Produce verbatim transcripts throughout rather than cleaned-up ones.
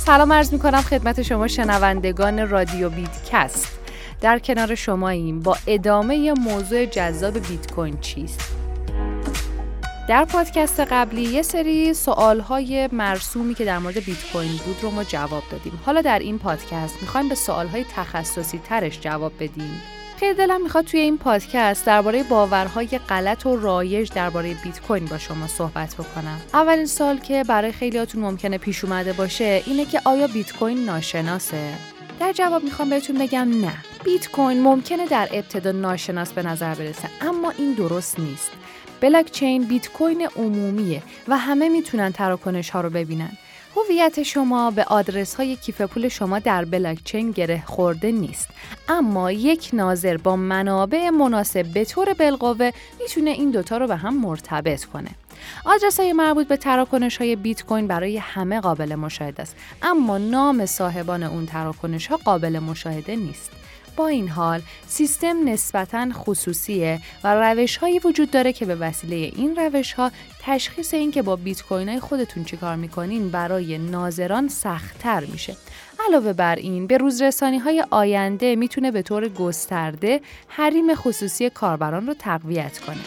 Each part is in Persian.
سلام عرض می‌کنم خدمت شما شنوندگان رادیو بیتکست. در کنار شماییم با ادامه موضوع جذاب بیت کوین چیست. در پادکست قبلی یه سری سوال‌های مرسومی که در مورد بیت کوین بود رو ما جواب دادیم. حالا در این پادکست می‌خوایم به سوال‌های تخصصی ترش جواب بدیم. خیلی دلم میخواد توی این پادکست درباره باورهای غلط و رایج درباره بیت کوین با شما صحبت بکنم. اولین سوال که برای خیلیاتون ممکنه پیش اومده باشه اینه که آیا بیت کوین ناشناسه؟ در جواب میخوام بهتون بگم نه. بیت کوین ممکنه در ابتدا ناشناس به نظر برسه، اما این درست نیست. بلاک چین بیت کوین عمومیه و همه میتونن تراکنش ها رو ببینن. هویت شما به آدرس های کیف پول شما در بلاک چین گره خورده نیست، اما یک ناظر با منابع مناسب به طور بالقوه میتونه این دوتا رو به هم مرتبط کنه. آدرس های مربوط به تراکنش های بیت کوین برای همه قابل مشاهده است، اما نام صاحبان اون تراکنش ها قابل مشاهده نیست. با این حال سیستم نسبتاً خصوصیه و روش‌هایی وجود داره که به وسیله این روش‌ها تشخیص این که با بیت کوین‌های خودتون چیکار می‌کنین برای ناظران سخت‌تر میشه. علاوه بر این به روزرسانی‌های آینده میتونه به طور گسترده حریم خصوصی کاربران رو تقویت کنه.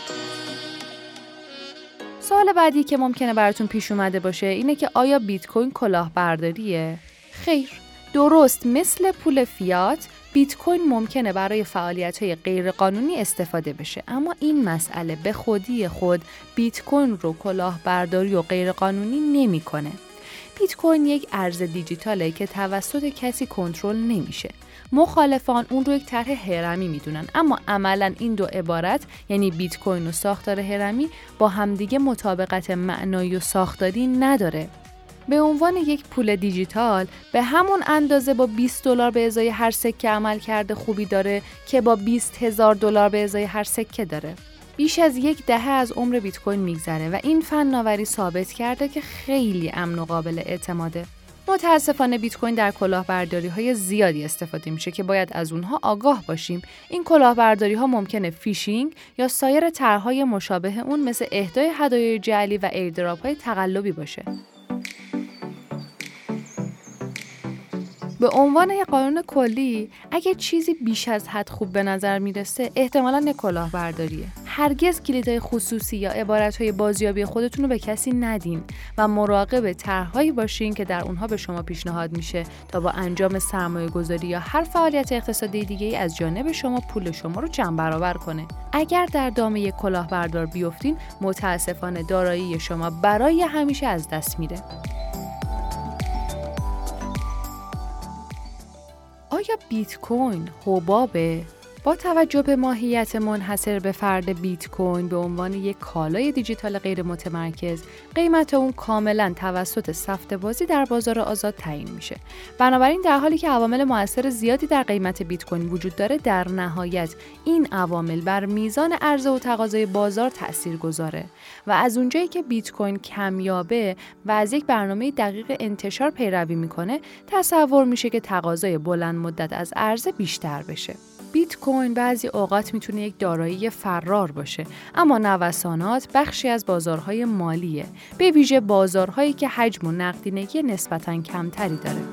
سوال بعدی که ممکنه براتون پیش اومده باشه اینه که آیا بیت کوین کلاهبرداریه؟ خیر، درست مثل پول فیات بیت کوین ممکنه برای فعالیت‌های غیرقانونی استفاده بشه، اما این مسئله به خودی خود بیت کوین رو کلاهبرداری و غیرقانونی نمی‌کنه. بیت کوین یک ارز دیجیتاله که توسط کسی کنترل نمیشه. مخالفان اون رو یک طرح هرمی میدونن، اما عملاً این دو عبارت یعنی بیت کوین و ساختار هرمی با همدیگه مطابقت معنایی و ساختاری نداره. به عنوان یک پول دیجیتال به همون اندازه با بیست دلار به ازای هر سکه عمل کرده خوبی داره که با بیست هزار دلار به ازای هر سکه داره. بیش از یک دهه از عمر بیت کوین میگذره و این فناوری ثابت کرده که خیلی امن و قابل اعتماده. متاسفانه بیت کوین در کلاهبرداری‌های زیادی استفاده میشه که باید از اونها آگاه باشیم. این کلاهبرداری‌ها ممکنه فیشینگ یا سایر طرح‌های مشابه اون مثل اهدای هدایای جعلی و ایردراپ‌های تقلبی باشه. به عنوان یک قانون کلی، اگه چیزی بیش از حد خوب به نظر میرسه، احتمالاً یک کلاهبرداریه. هرگز کلیدهای خصوصی یا عبارتهای بازیابی خودتون رو به کسی ندین و مراقب طرح‌هایی باشین که در اونها به شما پیشنهاد میشه تا با انجام سرمایه‌گذاری یا هر فعالیت اقتصادی دیگه‌ای از جانب شما پول شما رو جمع برآور کنه. اگر در دام یک کلاهبردار بیفتین، متاسفانه دارایی شما برای همیشه از دست میره. آیا بیت کوین حبابه؟ با توجه به ماهیت منحصر به فرد بیت کوین به عنوان یک کالای دیجیتال غیر متمرکز، قیمت اون کاملاً توسط سفته بازی در بازار آزاد تعیین میشه. بنابراین در حالی که عوامل مؤثر زیادی در قیمت بیت کوین وجود داره، در نهایت این عوامل بر میزان عرضه و تقاضای بازار تأثیر گذاره و از اونجایی که بیت کوین کمیابه و از یک برنامه دقیق انتشار پیروی میکنه، تصور میشه که تقاضای بلند مدت از عرضه بیشتر بشه. بیت کوین بعضی اوقات میتونه یک دارایی فرار باشه، اما نوسانات بخشی از بازارهای مالیه، به ویژه بازارهایی که حجم و نقدینگی نسبتاً کمتری داره.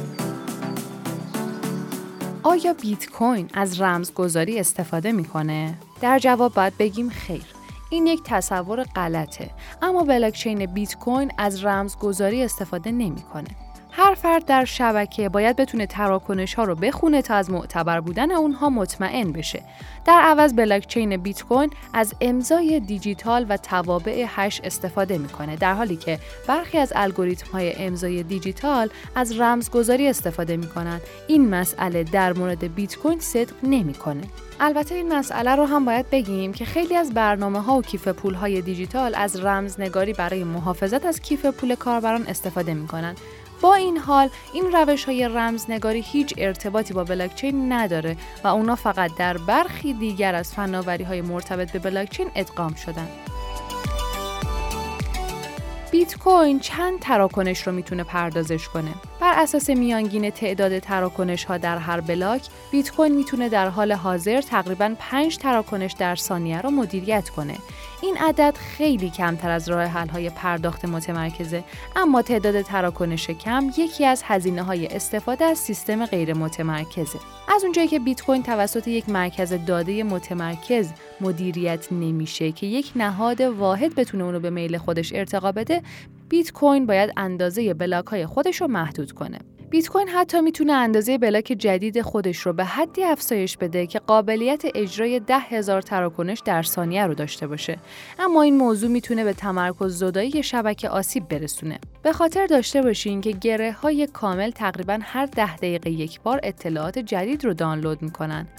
آیا بیت کوین از رمزگذاری استفاده میکنه؟ در جواب باید بگیم خیر. این یک تصور غلطه، اما بلاک چین بیت کوین از رمزگذاری استفاده نمیکنه. هر فرد در شبکه باید بتونه تراکنش‌ها رو بخونه تا از معتبر بودن اونها مطمئن بشه. در عوض بلاک چین بیت کوین از امضای دیجیتال و توابع هش استفاده میکنه، در حالی که برخی از الگوریتم‌های امضای دیجیتال از رمزگذاری استفاده میکنن. این مسئله در مورد بیت کوین صدق نمیکنه. البته این مسئله رو هم باید بگیم که خیلی از برنامه‌ها و کیف پول‌های دیجیتال از رمزنگاری برای محافظت از کیف پول کاربران استفاده میکنن. با این حال این روش‌های رمزنگاری هیچ ارتباطی با بلاکچین نداره و اونا فقط در برخی دیگر از فناوری‌های مرتبط به بلاکچین ادغام شدن. بیت کوین چند تراکنش رو میتونه پردازش کنه. بر اساس میانگین تعداد تراکنش ها در هر بلاک، بیت کوین میتونه در حال حاضر تقریباً پنج تراکنش در ثانیه رو مدیریت کنه. این عدد خیلی کمتر از راه حل های پرداخت متمرکزه، اما تعداد تراکنش کم یکی از هزینه‌های استفاده از سیستم غیر متمرکزه. از اونجایی که بیت کوین توسط یک مرکز داده متمرکز مدیریت نمیشه که یک نهاد واحد بتونه اونو به میل خودش ارتقا بده، بیت کوین باید اندازه بلاک‌های خودش رو محدود کنه. بیت کوین حتی میتونه اندازه بلاک جدید خودش رو به حدی افزایش بده که قابلیت اجرای ده هزار تراکنش در ثانیه رو داشته باشه. اما این موضوع میتونه به تمرکز زدایی شبکه آسیب برسونه. به خاطر داشته باشین که گره‌های کامل تقریباً هر ده دقیقه یک بار اطلاعات جدید رو دانلود میکنن.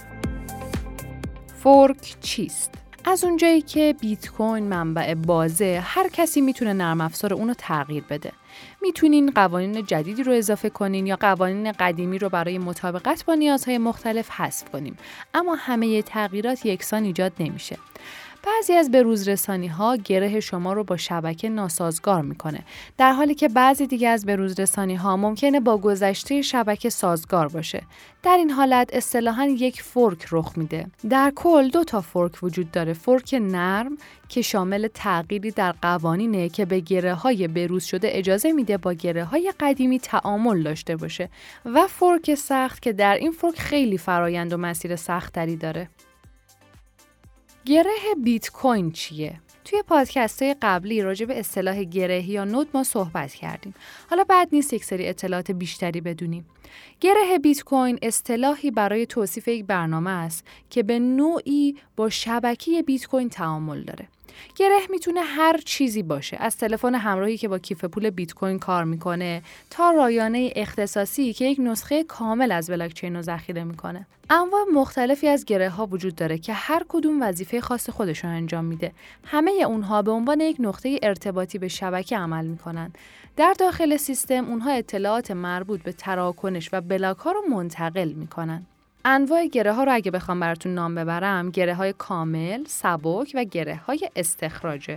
فورک چیست؟ از اونجایی که بیت کوین منبع بازه، هر کسی میتونه نرم افزار اونو تغییر بده. میتونین قوانین جدیدی رو اضافه کنین یا قوانین قدیمی رو برای مطابقت با نیازهای مختلف حذف کنیم، اما همه تغییرات یکسان ایجاد نمیشه. بعضی از بروزرسانی‌ها گره شما رو با شبکه ناسازگار میکنه، در حالی که بعضی دیگه از بروزرسانی‌ها ممکنه با گذشته شبکه سازگار باشه. در این حالت اصطلاحاً یک فورک رخ میده. در کل دو تا فورک وجود داره: فورک نرم که شامل تغییری در قوانینه که به گره‌های بروز شده اجازه میده با گره‌های قدیمی تعامل داشته باشه، و فورک سخت که در این فورک خیلی فرایند و مسیر سخت‌تری داره. گره بیت کوین چیه؟ توی پادکست‌های قبلی راجع به اصطلاح گره یا نود ما صحبت کردیم. حالا بعد نیست یک سری اطلاعات بیشتری بدونیم. گره بیت کوین اصطلاحی برای توصیف یک برنامه است که به نوعی با شبکه بیت کوین تعامل داره. گره میتونه هر چیزی باشه، از تلفن همراهی که با کیف پول بیت کوین کار میکنه تا رایانه اختصاصی که یک نسخه کامل از بلاکچین رو ذخیره میکنه. انواع مختلفی از گره ها وجود داره که هر کدوم وظیفه خاص خودش رو انجام میده. همه اونها به عنوان یک نقطه ارتباطی به شبکه عمل میکنن. در داخل سیستم اونها اطلاعات مربوط به تراکنش و بلاک ها رو منتقل میکنن. انواع گره ها رو اگه بخوام براتون نام ببرم، گره های کامل، سبک و گره های استخراجه.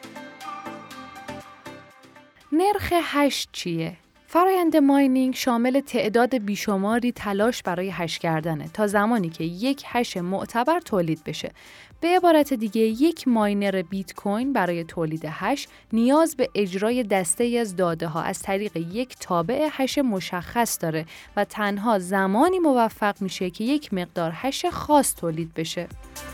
نرخ هش چیه؟ فرایند ماینینگ شامل تعداد بیشماری تلاش برای هش کردنه تا زمانی که یک هش معتبر تولید بشه. به عبارت دیگه، یک ماینر بیت کوین برای تولید هش نیاز به اجرای دسته‌ای از داده ها از طریق یک تابع هش مشخص داره و تنها زمانی موفق میشه که یک مقدار هش خاص تولید بشه.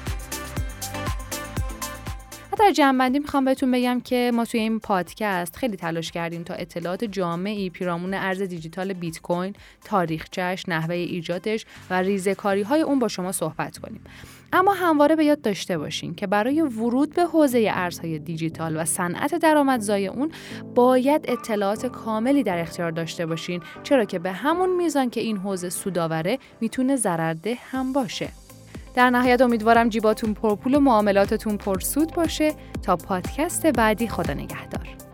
در جمع‌بندی میخوام بهتون بگم که ما توی این پادکست خیلی تلاش کردیم تا اطلاعات جامعی پیرامون ارز دیجیتال بیت کوین، تاریخچه‌اش، نحوه ایجادش و ریزه‌کاری‌های اون با شما صحبت کنیم. اما همواره به یاد داشته باشین که برای ورود به حوزه ارزهای دیجیتال و صنعت درآمدزای اون باید اطلاعات کاملی در اختیار داشته باشین، چرا که به همون میزان که این حوزه سودآوره میتونه ضررده هم باشه. در نهایت امیدوارم جیباتون پرپول و معاملاتتون پرسود باشه. تا پادکست بعدی، خدا نگهدار.